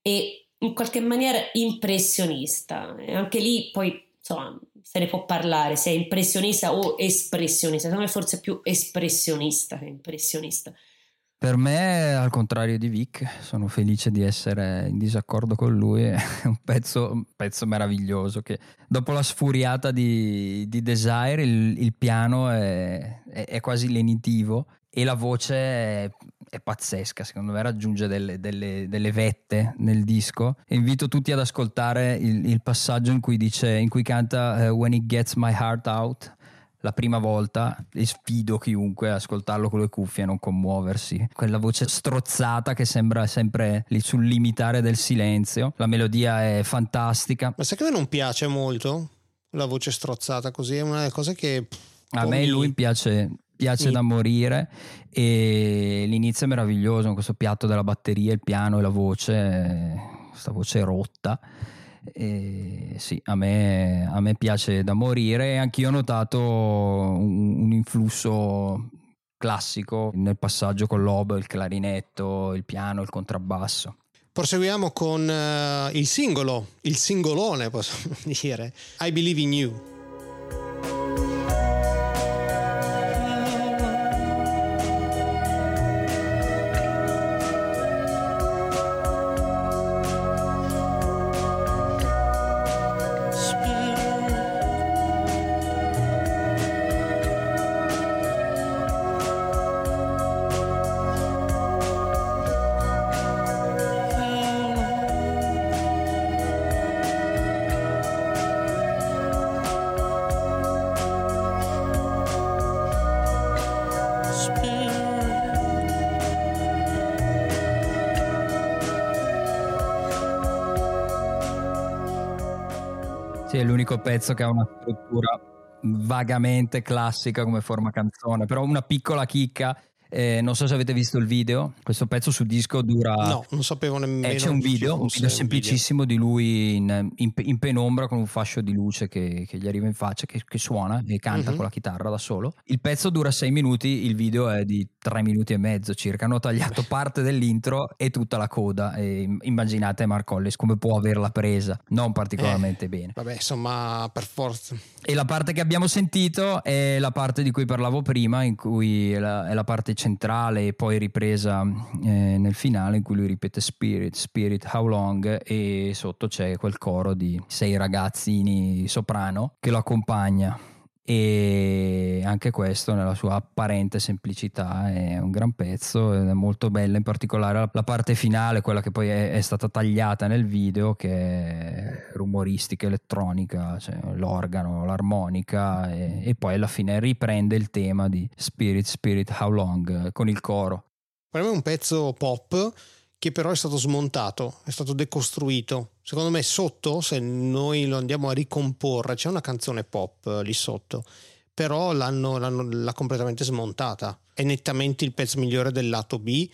e in qualche maniera impressionista. E anche lì poi insomma se ne può parlare se è impressionista o espressionista. Secondo me forse più espressionista che impressionista. Per me, al contrario di Vic, sono felice di essere in disaccordo con lui. È un pezzo, un pezzo meraviglioso che dopo la sfuriata di, di Desire il, il piano è, è, è quasi lenitivo e la voce è, è pazzesca, secondo me raggiunge delle, delle, delle vette nel disco. E invito tutti ad ascoltare il, il passaggio in cui dice, in cui canta uh, When It Gets My Heart Out la prima volta, e sfido chiunque a ascoltarlo con le cuffie e non commuoversi. Quella voce strozzata che sembra sempre lì sul limitare del silenzio. La melodia è fantastica. Ma sai che a me non piace molto la voce strozzata così? È una delle cose che a me mi... lui piace piace mi... da morire, e l'inizio è meraviglioso con questo piatto della batteria, il piano e la voce, questa voce rotta. E sì, a me, a me piace da morire, e anch'io ho notato un, un influsso classico nel passaggio con l'oboe, il clarinetto, il piano, il contrabbasso. Proseguiamo con uh, il singolo, il singolone possiamo dire, I Believe in You. Sì, è l'unico pezzo che ha una struttura vagamente classica come forma canzone, però una piccola chicca. Eh, non so se avete visto il video, questo pezzo su disco dura... No, non sapevo nemmeno Eh, c'è un ci video, un fosse video un semplicissimo di lui in, in- in penombra con un fascio di luce che, che gli arriva in faccia, che, che suona e canta Mhm. con la chitarra da solo. Il pezzo dura sei minuti, il video è di tre minuti e mezzo circa. Hanno tagliato parte dell'intro e tutta la coda. E im- immaginate Mark Hollis come può averla presa, non particolarmente Eh, bene. Vabbè, insomma, per forza. E la parte che abbiamo sentito è la parte di cui parlavo prima, in cui è la, è la parte centrale e poi ripresa eh, nel finale, in cui lui ripete Spirit, Spirit, how long, e sotto c'è quel coro di sei ragazzini soprano che lo accompagna. E anche questo nella sua apparente semplicità è un gran pezzo ed è molto bella, in particolare la parte finale, quella che poi è, è stata tagliata nel video, che è rumoristica, elettronica, cioè l'organo, l'armonica e, e poi alla fine riprende il tema di Spirit, Spirit, How Long con il coro. Per me è un pezzo pop che però è stato smontato, è stato decostruito. Secondo me sotto, se noi lo andiamo a ricomporre, c'è una canzone pop lì sotto, però l'hanno, l'hanno l'ha completamente smontata. È nettamente il pezzo migliore del lato B,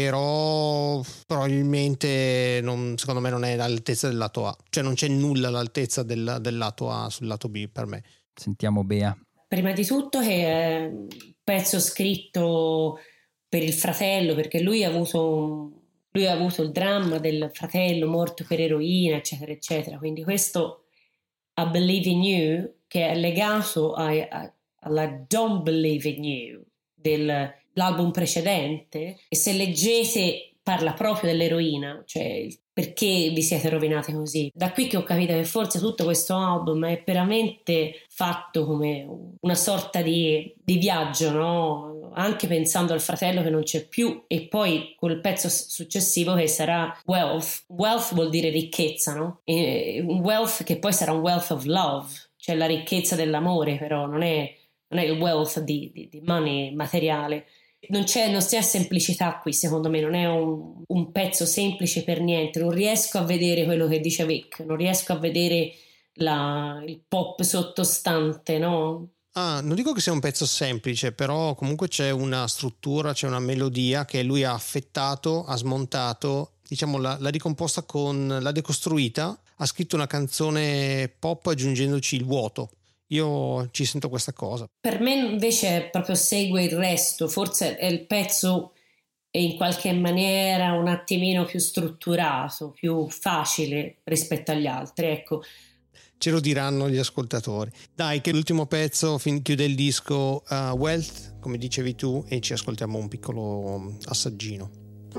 però probabilmente non, secondo me non è all'altezza del lato A. Cioè non c'è nulla all'altezza del, del lato A sul lato B per me. Sentiamo Bea. Prima di tutto che è un pezzo scritto per il fratello, perché lui ha avuto lui ha avuto il dramma del fratello morto per eroina, eccetera eccetera, quindi questo I Believe in You, che è legato a, a, alla Don't Believe in You dell'album precedente, e se leggete parla proprio dell'eroina, cioè perché vi siete rovinati così. Da qui che ho capito che forse tutto questo album è veramente fatto come una sorta di, di viaggio, no? Anche pensando al fratello che non c'è più, e poi col pezzo successivo che sarà Wealth. Wealth vuol dire ricchezza, no? E un wealth che poi sarà un wealth of love, cioè la ricchezza dell'amore, però non è, non è il wealth di, di, di money materiale. Non c'è, non c'è semplicità qui, secondo me non è un, un pezzo semplice per niente. Non riesco a vedere quello che dice Vic, non riesco a vedere la, il pop sottostante, no? Ah, non dico che sia un pezzo semplice, però comunque c'è una struttura, c'è una melodia che lui ha affettato, ha smontato, diciamo l'ha, l'ha ricomposta con, l'ha decostruita, ha scritto una canzone pop aggiungendoci il vuoto. Io ci sento questa cosa. Per me invece proprio segue il resto, forse è il pezzo è in qualche maniera un attimino più strutturato, più facile rispetto agli altri, ecco. Ce lo diranno gli ascoltatori. Dai, che l'ultimo pezzo fin- chiude il disco, uh, Wealth, come dicevi tu, e ci ascoltiamo un piccolo assaggino.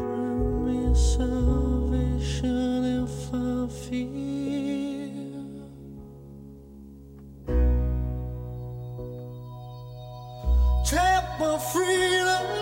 Take my freedom.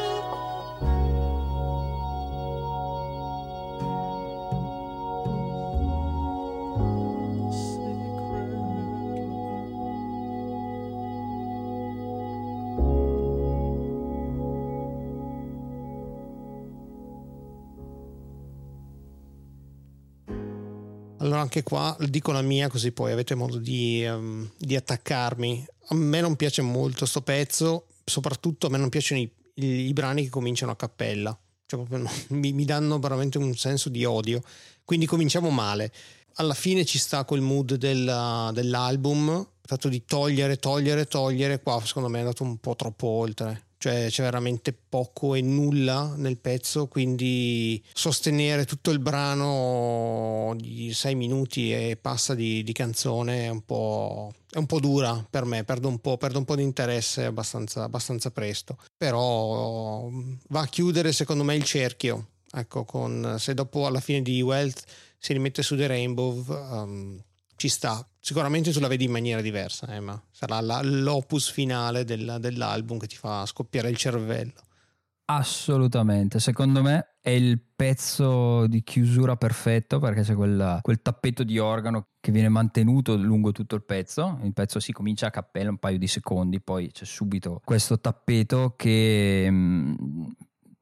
Allora anche qua dico la mia, così poi avete modo di, um, di attaccarmi. A me non piace molto sto pezzo, soprattutto a me non piacciono i, i, i brani che cominciano a cappella, cioè proprio no, mi, mi danno veramente un senso di odio, quindi cominciamo male. Alla fine ci sta quel mood del, dell'album, il fatto di togliere, togliere, togliere, qua secondo me è andato un po' troppo oltre. Cioè c'è veramente poco e nulla nel pezzo, quindi sostenere tutto il brano di sei minuti e passa di, di canzone è un po', è un po' dura per me, perdo un po', perdo un po' di interesse abbastanza, abbastanza presto, però va a chiudere secondo me il cerchio, ecco, con, se dopo alla fine di Wealth si rimette su The Rainbow, um, ci sta. Sicuramente tu la vedi in maniera diversa, eh, ma sarà la, l'opus finale del, dell'album che ti fa scoppiare il cervello. Assolutamente, secondo me è il pezzo di chiusura perfetto, perché c'è quel, quel tappetto di organo che viene mantenuto lungo tutto il pezzo. Il pezzo si comincia a cappella un paio di secondi, poi c'è subito questo tappeto che mh,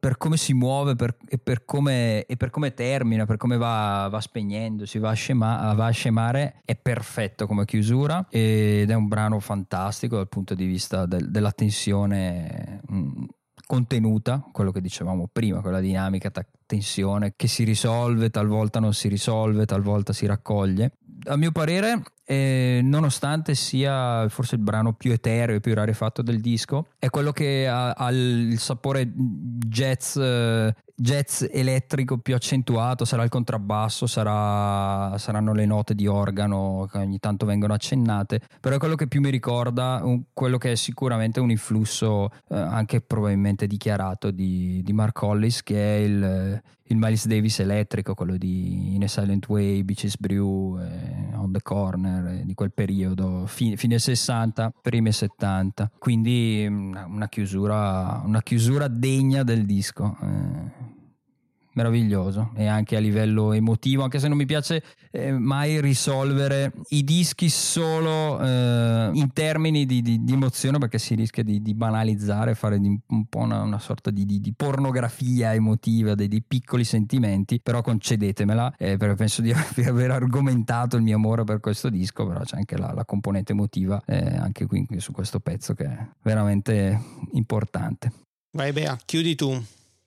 per come si muove per, e, per come, e per come termina, per come va, va spegnendosi, va a, scema, va a scemare, è perfetto come chiusura ed è un brano fantastico dal punto di vista del, della tensione mh, contenuta, quello che dicevamo prima, quella dinamica t- tensione che si risolve, talvolta non si risolve, talvolta si raccoglie. A mio parere, eh, nonostante sia forse il brano più etereo e più rarefatto del disco, è quello che ha, ha il sapore jazz, eh, jazz elettrico più accentuato. Sarà il contrabbasso, sarà, saranno le note di organo che ogni tanto vengono accennate, però è quello che più mi ricorda un, quello che è sicuramente un influsso eh, anche probabilmente dichiarato di, di Mark Hollis, che è il, il Miles Davis elettrico, quello di In a Silent Way, Beaches Brew, eh, On the Corner, eh, di quel periodo, fine, fine sessanta, primi settanta. Quindi una, una chiusura una chiusura degna del disco. Eh. Meraviglioso, e anche a livello emotivo, anche se non mi piace eh, mai risolvere i dischi solo eh, in termini di, di, di emozione, perché si rischia di, di banalizzare, fare di, un po' una, una sorta di, di, di pornografia emotiva dei, dei piccoli sentimenti. Però concedetemela, eh, perché penso di aver argomentato il mio amore per questo disco, però c'è anche la, la componente emotiva eh, anche qui su questo pezzo, che è veramente importante. Vai Bea, chiudi tu.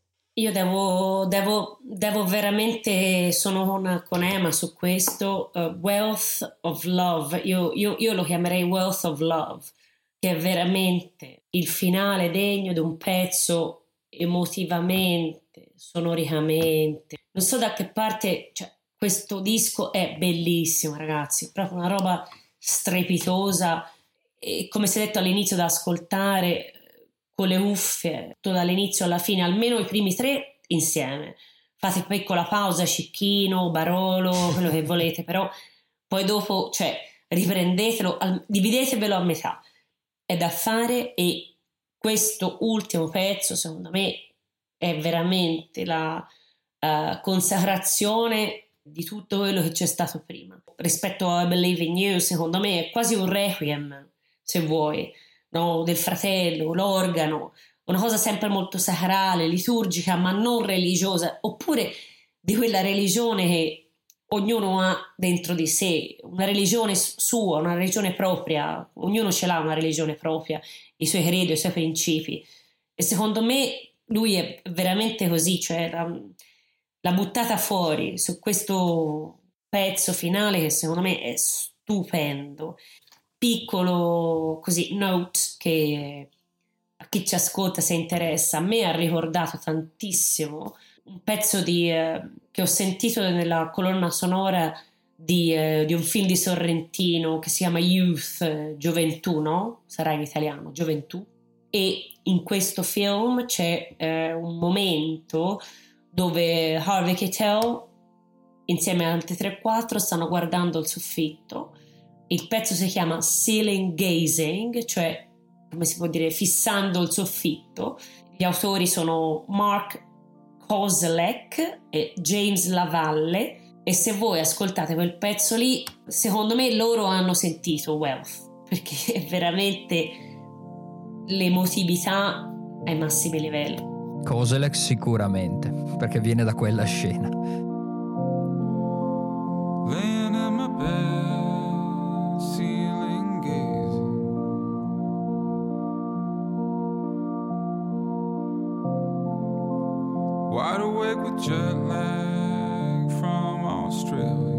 Io devo, devo, devo veramente, sono con, con Emma su questo, uh, Wealth of Love, io, io, io lo chiamerei Wealth of Love, che è veramente il finale degno di un pezzo emotivamente, sonoricamente. Non so da che parte, cioè, questo disco è bellissimo, ragazzi, è proprio una roba strepitosa, e come si è detto all'inizio, da ascoltare con le cuffie dall'inizio alla fine, almeno i primi tre insieme. Fate piccola pausa, Cicchino, Barolo, quello che volete, però poi dopo, cioè, riprendetelo, al, dividetevelo a metà. È da fare, e questo ultimo pezzo secondo me è veramente la uh, consacrazione di tutto quello che c'è stato prima. Rispetto a I Believe in You, secondo me è quasi un requiem, se vuoi, no? Del fratello, l'organo, una cosa sempre molto sacrale, liturgica, ma non religiosa, oppure di quella religione che ognuno ha dentro di sé, una religione sua, una religione propria. Ognuno ce l'ha una religione propria, i suoi credi, i suoi principi, e secondo me lui è veramente così, cioè l'ha, l'ha buttata fuori su questo pezzo finale che secondo me è stupendo. Piccolo così note che a chi ci ascolta, se interessa, a me ha ricordato tantissimo un pezzo di, eh, che ho sentito nella colonna sonora di, eh, di un film di Sorrentino che si chiama Youth, eh, Gioventù, no? Sarà in italiano, Gioventù. E in questo film c'è eh, un momento dove Harvey Keitel insieme a altri tre quattro stanno guardando il soffitto. Il pezzo si chiama Ceiling Gazing, cioè, come si può dire, fissando il soffitto. Gli autori sono Mark Kozelek e James Lavalle, e se voi ascoltate quel pezzo lì, secondo me loro hanno sentito Wealth, perché è veramente l'emotività ai massimi livelli. Kozelek sicuramente, perché viene da quella scena. Laying in my bed, ceiling gazing. Wide awake with jet lag from Australia.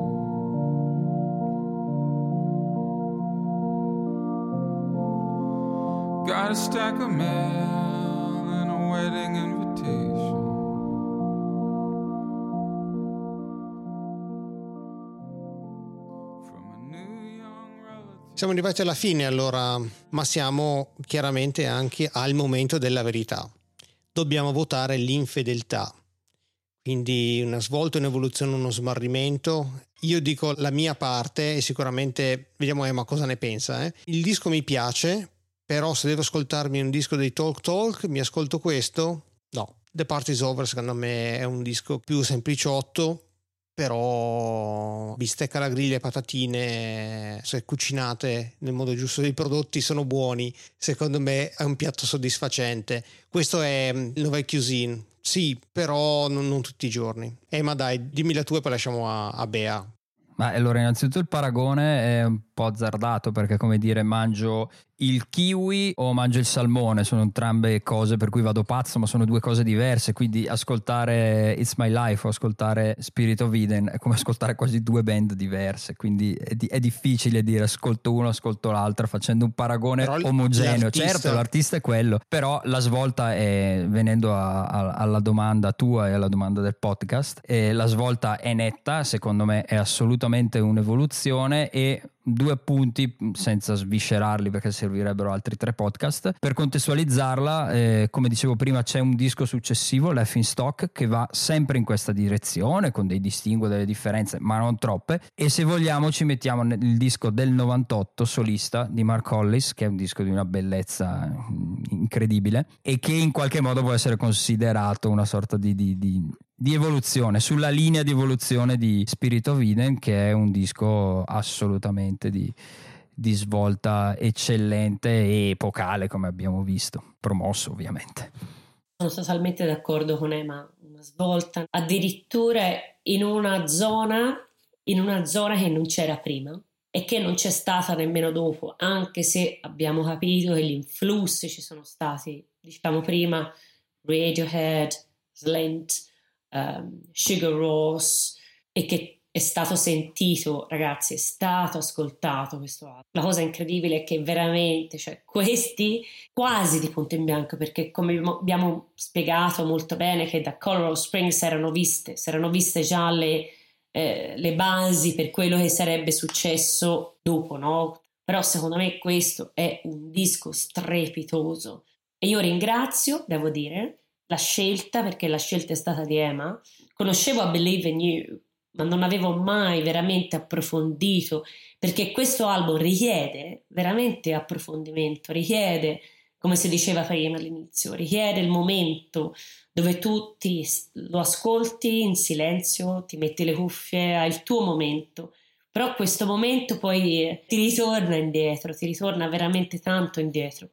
Got a stack of mail and a wedding invitation. Siamo arrivati alla fine allora, ma siamo chiaramente anche al momento della verità. Dobbiamo votare l'infedeltà. Quindi una svolta, un'evoluzione, uno smarrimento. Io dico la mia parte e sicuramente vediamo Emma cosa ne pensa. Eh? Il disco mi piace, però se devo ascoltarmi un disco dei Talk Talk, mi ascolto questo? No, The Party's Over secondo me è un disco più sempliciotto, però buonissimo. Bistecca alla griglia e patatine, se cucinate nel modo giusto dei prodotti, sono buoni. Secondo me è un piatto soddisfacente. Questo è nouvelle cuisine, sì, però non, non tutti i giorni. Eh, ma dai, dimmi la tua e poi lasciamo a, a Bea. Ma allora, innanzitutto il paragone è un po' azzardato, perché come dire, mangio il kiwi o mangio il salmone, sono entrambe cose per cui vado pazzo, ma sono due cose diverse, quindi ascoltare It's My Life o ascoltare Spirit of Eden è come ascoltare quasi due band diverse, quindi è, di- è difficile dire ascolto uno, ascolto l'altra facendo un paragone Però omogeneo. l'artista- Certo, l'artista è quello, però la svolta è, venendo a- a- alla domanda tua e alla domanda del podcast, eh, la svolta è netta, secondo me è assolutamente un'evoluzione. E due punti senza sviscerarli perché servirebbero altri tre podcast per contestualizzarla. Eh, come dicevo prima, c'è un disco successivo, Laughing Stock, che va sempre in questa direzione con dei distinguo, delle differenze ma non troppe, e se vogliamo ci mettiamo nel disco del novantotto solista di Mark Hollis, che è un disco di una bellezza incredibile e che in qualche modo può essere considerato una sorta di, di, di di evoluzione, sulla linea di evoluzione di Spirit of Eden, che è un disco assolutamente di, di svolta eccellente e epocale, come abbiamo visto, promosso ovviamente. Sono totalmente d'accordo con Emma, una svolta addirittura in una zona, in una zona che non c'era prima e che non c'è stata nemmeno dopo, anche se abbiamo capito che gli influssi ci sono stati, diciamo prima, Radiohead, Slint, Um, Sugar Rose, e che è stato sentito, ragazzi, è stato ascoltato questo album. La cosa incredibile è che veramente, cioè, questi quasi di punto in bianco, perché come abbiamo spiegato molto bene che da Colorado Springs erano viste, si erano viste già le, eh, le basi per quello che sarebbe successo dopo, no? Però secondo me questo è un disco strepitoso e io ringrazio, devo dire, la scelta, perché la scelta è stata di Emma. Conoscevo I Believe in You, ma non avevo mai veramente approfondito, perché questo album richiede veramente approfondimento, richiede, come si diceva prima all'inizio, richiede il momento dove tu ti, lo ascolti in silenzio, ti metti le cuffie, hai il tuo momento, però questo momento poi ti ritorna indietro, ti ritorna veramente tanto indietro.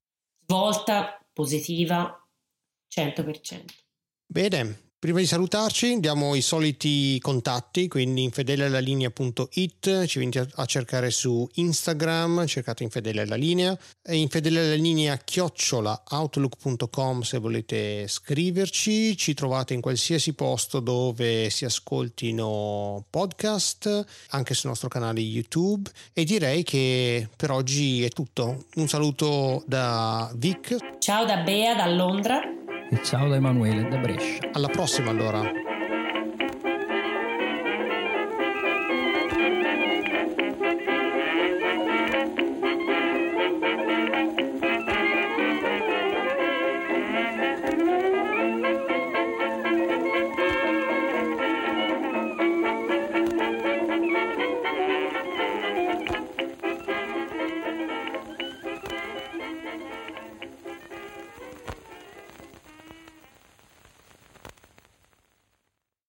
Svolta positiva cento per cento. Bene, prima di salutarci diamo i soliti contatti, quindi infedele alla linea punto it, ci venite a cercare su Instagram, cercate Infedele alla linea, e Infedele alla linea chiocciola outlook punto com se volete scriverci. Ci trovate in qualsiasi posto dove si ascoltino podcast, anche sul nostro canale YouTube, e direi che per oggi è tutto. Un saluto da Vic. Ciao da Bea da Londra. E ciao da Emanuele da Brescia. Alla prossima allora.